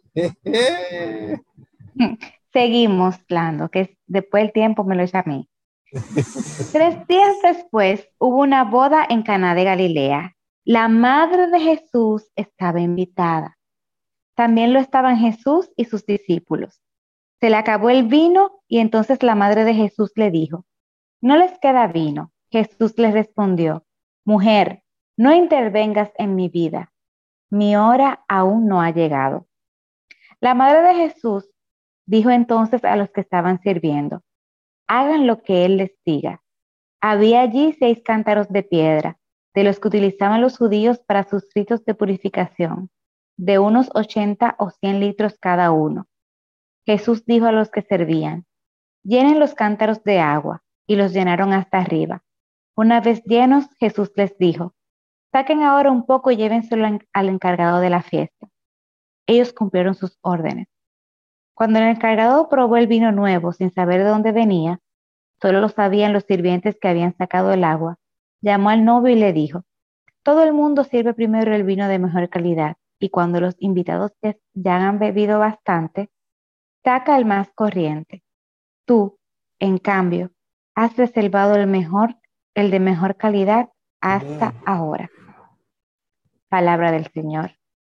seguimos, Lando, que es- después el tiempo me lo echa a mí. Tres días después hubo una boda en Caná de Galilea. La madre de Jesús estaba invitada. También lo estaban Jesús y sus discípulos. Se le acabó el vino y entonces la madre de Jesús le dijo, ¿no les queda vino? Jesús le respondió, mujer, no intervengas en mi vida. Mi hora aún no ha llegado. La madre de Jesús dijo entonces a los que estaban sirviendo, hagan lo que él les diga. Había allí seis cántaros de piedra, de los que utilizaban los judíos para sus ritos de purificación, de unos ochenta o cien litros cada uno. Jesús dijo a los que servían, llenen los cántaros de agua, y los llenaron hasta arriba. Una vez llenos, Jesús les dijo, saquen ahora un poco y llévenselo al encargado de la fiesta. Ellos cumplieron sus órdenes. Cuando el encargado probó el vino nuevo sin saber de dónde venía, solo lo sabían los sirvientes que habían sacado el agua, llamó al novio y le dijo, todo el mundo sirve primero el vino de mejor calidad, y cuando los invitados ya han bebido bastante, saca el más corriente. Tú, en cambio, has reservado el mejor, el de mejor calidad hasta Mm. ahora. Palabra del Señor.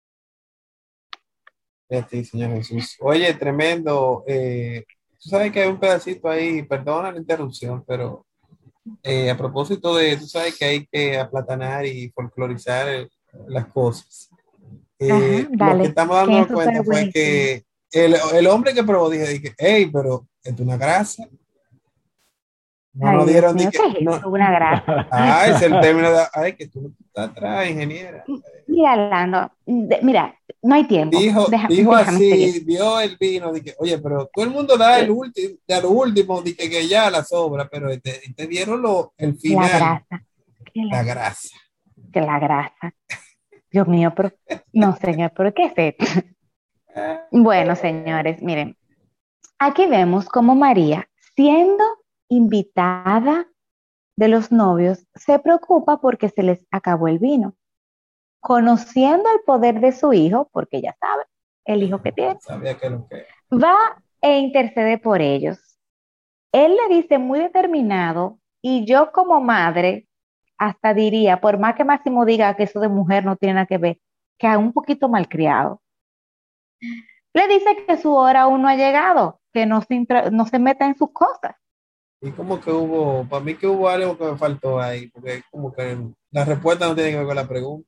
Este, Señor Jesús. Oye, tremendo. Eh, tú sabes que hay un pedacito ahí, perdona la interrupción, pero eh, a propósito de, tú sabes que hay que aplatanar y folclorizar eh, las cosas. Eh, Ajá, lo dale, que estamos que dándonos es súper cuenta fue buenísimo. que el, el hombre que probó, dije, dije, hey, pero es una grasa. No Ay, nos Dios dieron, mío, dije, ¿qué es no, eso? Una grasa. ay, es el término de, ay, que tú no estás atrás, ingeniera. Mira, Lando, de- mira, no hay tiempo. Dijo, Deja- dijo déjame así, seguir. vio el vino, dije, oye, pero todo el mundo da el último, de lo último, dije que ya la sobra, pero te, te dieron lo, el La final, grasa. Que la la, grasa. que la grasa. Dios mío, pero no, señor, ¿pero qué es esto? Bueno, señores, miren, aquí vemos cómo María, siendo invitada de los novios, se preocupa porque se les acabó el vino. Conociendo el poder de su hijo, porque ya sabe el hijo que tiene, Sabía que lo que. va e intercede por ellos. Él le dice muy determinado, y yo como madre hasta diría, por más que Máximo diga que eso de mujer no tiene nada que ver, que es un poquito malcriado. Le dice que su hora aún no ha llegado, que no se, intra- no se meta en sus cosas. Y como que hubo, para mí que hubo algo que me faltó ahí, porque como que la respuesta no tiene que ver con la pregunta.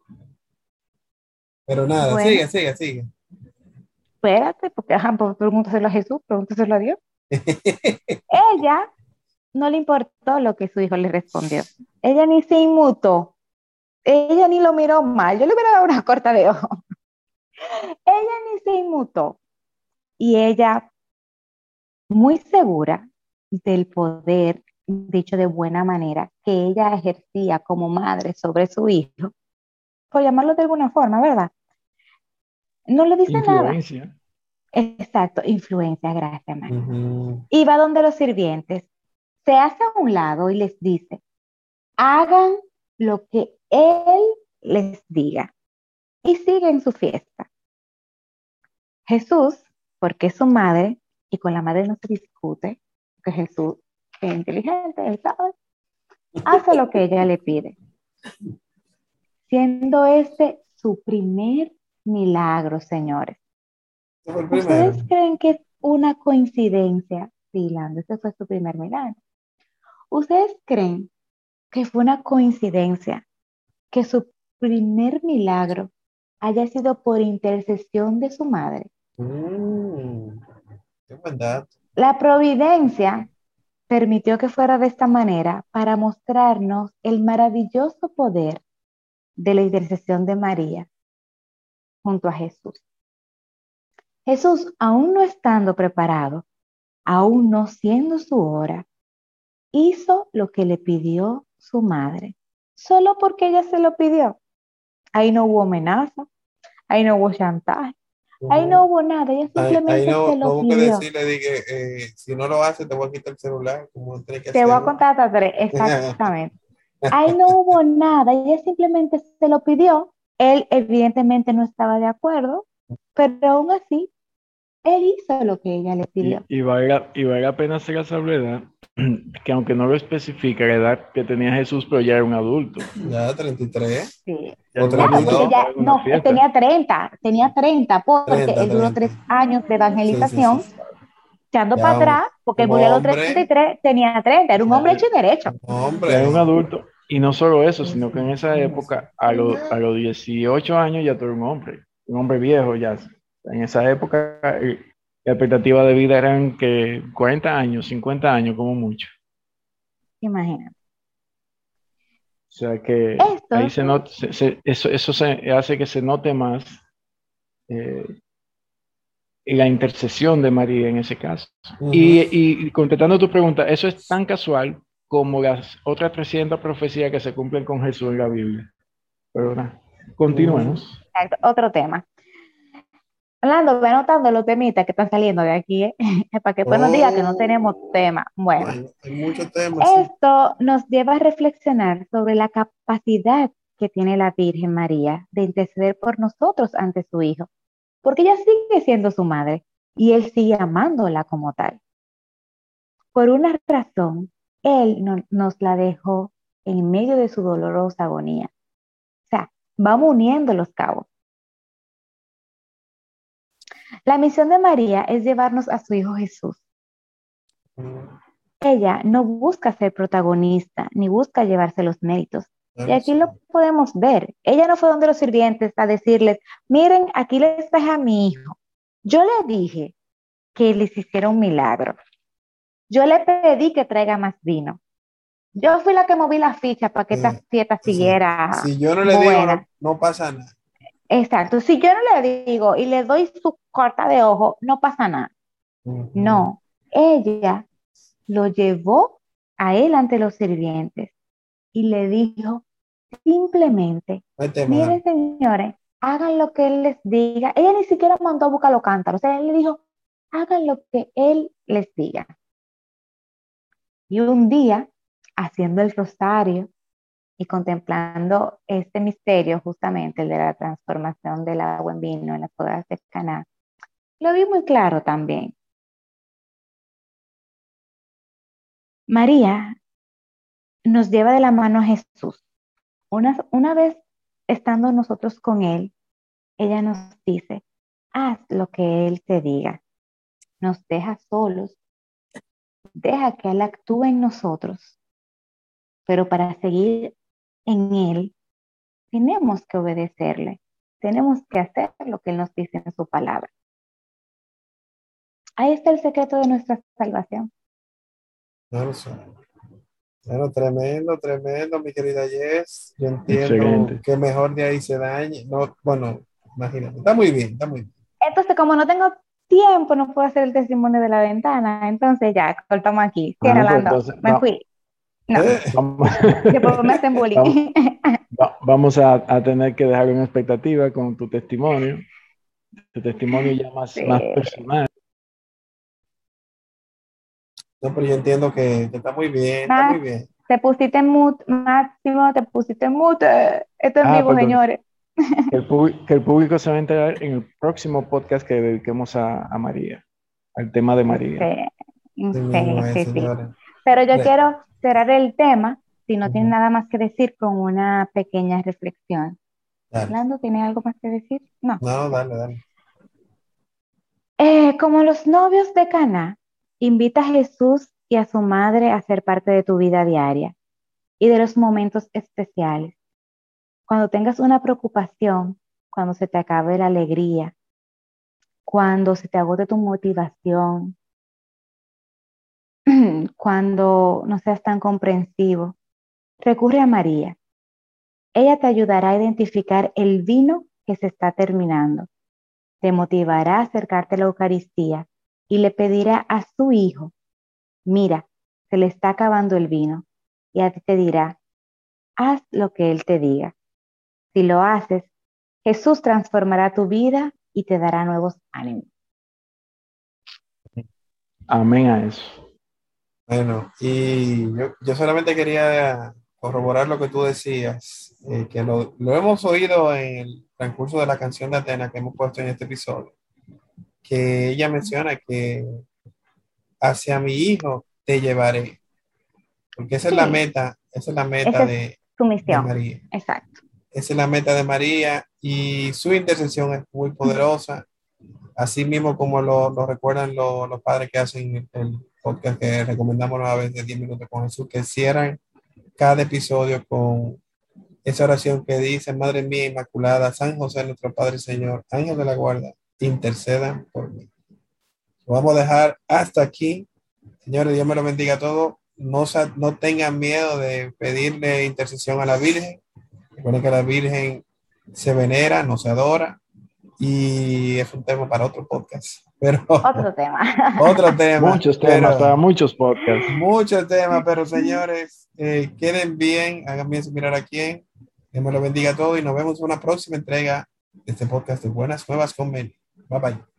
Pero nada, Bueno, sigue, sigue, sigue. espérate, porque ajá, pues, pregúntaselo a Jesús, pregúntaselo a Dios. Ella no le importó lo que su hijo le respondió. Ella ni se inmutó. Ella ni lo miró mal. Yo le hubiera dado una corta de ojo. Ella ni se inmutó. Y ella, muy segura del poder, dicho de buena manera, que ella ejercía como madre sobre su hijo, por llamarlo de alguna forma, ¿verdad? No le dice nada. Influencia. Exacto, influencia, gracias, María. Ujú. Y va donde los sirvientes, se hace a un lado y les dice, hagan lo que él les diga. Y siguen su fiesta. Jesús, porque es su madre, y con la madre no se discute, porque Jesús es inteligente, él sabe, hace lo que ella le pide, siendo este su primer milagro, señores. Ese fue el primero. ¿Ustedes creen que es una coincidencia? Sí, Lando, ese fue su primer milagro. ¿Ustedes creen que fue una coincidencia que su primer milagro haya sido por intercesión de su madre? Mm, qué buen dato. La providencia permitió que fuera de esta manera para mostrarnos el maravilloso poder de la intercesión de María junto a Jesús. Jesús, aún no estando preparado, aún no siendo su hora, hizo lo que le pidió su madre, solo porque ella se lo pidió. Ahí no hubo amenaza, ahí no hubo chantaje, ahí no Ujú. hubo nada, ella Ahí, ahí simplemente no, se no lo hubo que pidió. decirle, dije, eh, si no lo hace, te voy a quitar el celular, como tiene que Te voy a hacerlo. contar hasta tres, exactamente. Ahí no hubo nada, ella simplemente se lo pidió. Él evidentemente no estaba de acuerdo, pero aún así, él hizo lo que ella le pidió. Y, y, vale, la- y vale la pena hacer la salvedad, que aunque no lo especifica la edad que tenía Jesús, pero ya era un adulto. Ya, treinta y tres Sí. Ya o era un Claro, adulto, porque treinta y dos, estaba ya, en una no, fiesta. tenía treinta, tenía treinta, porque treinta, él duró treinta. tres años de Sí, sí, sí, evangelización, sí. echando para Ya un, atrás, porque él un murió a los treinta y hombre, tres, tenía treinta, era un hombre ya, hecho y derecho. un Ya era un hombre. adulto. Y no solo eso, sino que en esa época, a, lo- a los dieciocho años, ya tú eres un hombre. Un hombre viejo ya. En esa época, eh, la expectativa de vida eran que cuarenta años, cincuenta años como mucho. Imagínate. O sea que ahí Esto, se nota, se- se- eso, eso se hace que se note más eh, la intercesión de María en ese caso. Ujú. Y, y contestando tu pregunta, eso es tan casual como las otras trescientas profecías que se cumplen con Jesús en la Biblia. Pero nada, Ujú. continuemos. otro tema. Orlando, ve anotando los temitas que están saliendo de aquí, ¿eh? Para que después nos diga que no tenemos Oh, tema. Bueno, hay, hay muchos temas, sí. esto nos lleva a reflexionar sobre la capacidad que tiene la Virgen María de interceder por nosotros ante su Hijo, porque ella sigue siendo su madre y Él sigue amándola como tal. Por una razón, Él no- nos la dejó en medio de su dolorosa agonía. O sea, vamos uniendo los cabos. La misión de María es llevarnos a su Hijo Jesús. Ella no busca ser protagonista ni busca llevarse los méritos. Y aquí lo podemos ver. Ella no fue donde los sirvientes a decirles, miren, aquí les traje a mi hijo. Yo le dije que les hiciera un milagro. Yo le pedí que traiga más vino. Yo fui la que moví la ficha para que esta Eh, fiesta exacto. siguiera Si yo no le digo, no, buena. no pasa nada. Exacto. Si yo no le digo y le doy su corta de ojo, no pasa nada. Ujú. No. Ella lo llevó a él ante los sirvientes y le dijo simplemente, Mete mano. miren señores, hagan lo que Él les diga. Ella ni siquiera mandó a buscar los cántaros, o sea, Él le dijo, hagan lo que Él les diga. Y un día, haciendo el rosario y contemplando este misterio, justamente el de la transformación del agua en vino en las bodas de Caná, lo vi muy claro también. María nos lleva de la mano a Jesús. Una, una vez estando nosotros con Él, ella nos dice, haz lo que Él te diga. Nos deja solos, deja que Él actúe en nosotros, pero para seguir en Él, tenemos que obedecerle, tenemos que hacer lo que Él nos dice en su palabra. Ahí está el secreto de nuestra salvación. No, sé. Bueno, tremendo, tremendo, mi querida Jess. Yo entiendo Excelente. que mejor de ahí se dañe. No, bueno, imagínate. Está muy bien, está muy bien. Entonces, como no tengo tiempo, no puedo hacer el testimonio de la ventana, entonces ya, cortamos aquí. Cierra Ah, pues la no. entonces, Me va- fui. No, Eh, vamos, después me hacen vamos, bullying. va- vamos a, a tener que dejar una expectativa con tu testimonio, tu testimonio ya más, Sí. más personal. No, pero yo entiendo que, que está muy bien, está muy Max, bien. te pusiste en mute, Máximo, te pusiste en mute. Esto en Ah, vivo, perdón. señores. Que el, pub- que el público se va a enterar en el próximo podcast que dediquemos a, a María, al tema de María. Sí, Sí sí, mismo es, sí, sí. señores. Pero yo Re- quiero cerrar el tema, si no tiene Ujú. nada más que decir, con una pequeña reflexión. Dale. Lando, ¿tiene algo más que decir? No. No, dale, dale. Eh, como los novios de Caná, invita a Jesús y a su madre a ser parte de tu vida diaria y de los momentos especiales. Cuando tengas una preocupación, cuando se te acabe la alegría, cuando se te agote tu motivación, cuando no seas tan comprensivo, recurre a María. Ella te ayudará a identificar el vino que se está terminando. Te motivará a acercarte a la Eucaristía y le pedirá a su hijo, mira, se le está acabando el vino. Y a ti te dirá, haz lo que él te diga. Si lo haces, Jesús transformará tu vida y te dará nuevos ánimos. Amén a eso. Bueno, y yo, yo solamente quería corroborar lo que tú decías, eh, que lo, lo hemos oído en el transcurso de la canción de Atenas que hemos puesto en este episodio, que ella menciona que hacia mi hijo te llevaré, porque esa es la Sí, meta, esa es la meta esa es de, tu de misión. María. Exacto. Esa es la meta de María y su intercesión es muy poderosa, así mismo como lo, lo recuerdan lo- los padres que hacen el, el podcast que recomendamos nuevamente de diez minutos con Jesús, que cierran cada episodio con esa oración que dice, Madre mía Inmaculada, San José nuestro Padre Señor, ángel de la guarda, intercedan por mí. Lo vamos a dejar hasta aquí. Señores, Dios me lo bendiga a todos. No, sa- no tengan miedo de pedirle intercesión a la Virgen. Recuerden que la Virgen se venera, no se adora. Y es un tema para otro podcast. Pero Otro tema. otro tema. Muchos temas para Pero muchos podcasts. muchos temas. Pero señores, eh, queden bien. Hagan bien sin mirar a quién. Dios me lo bendiga a todos. Y nos vemos en una próxima entrega de este podcast de Buenas Nuevas con Meli. Bye bye.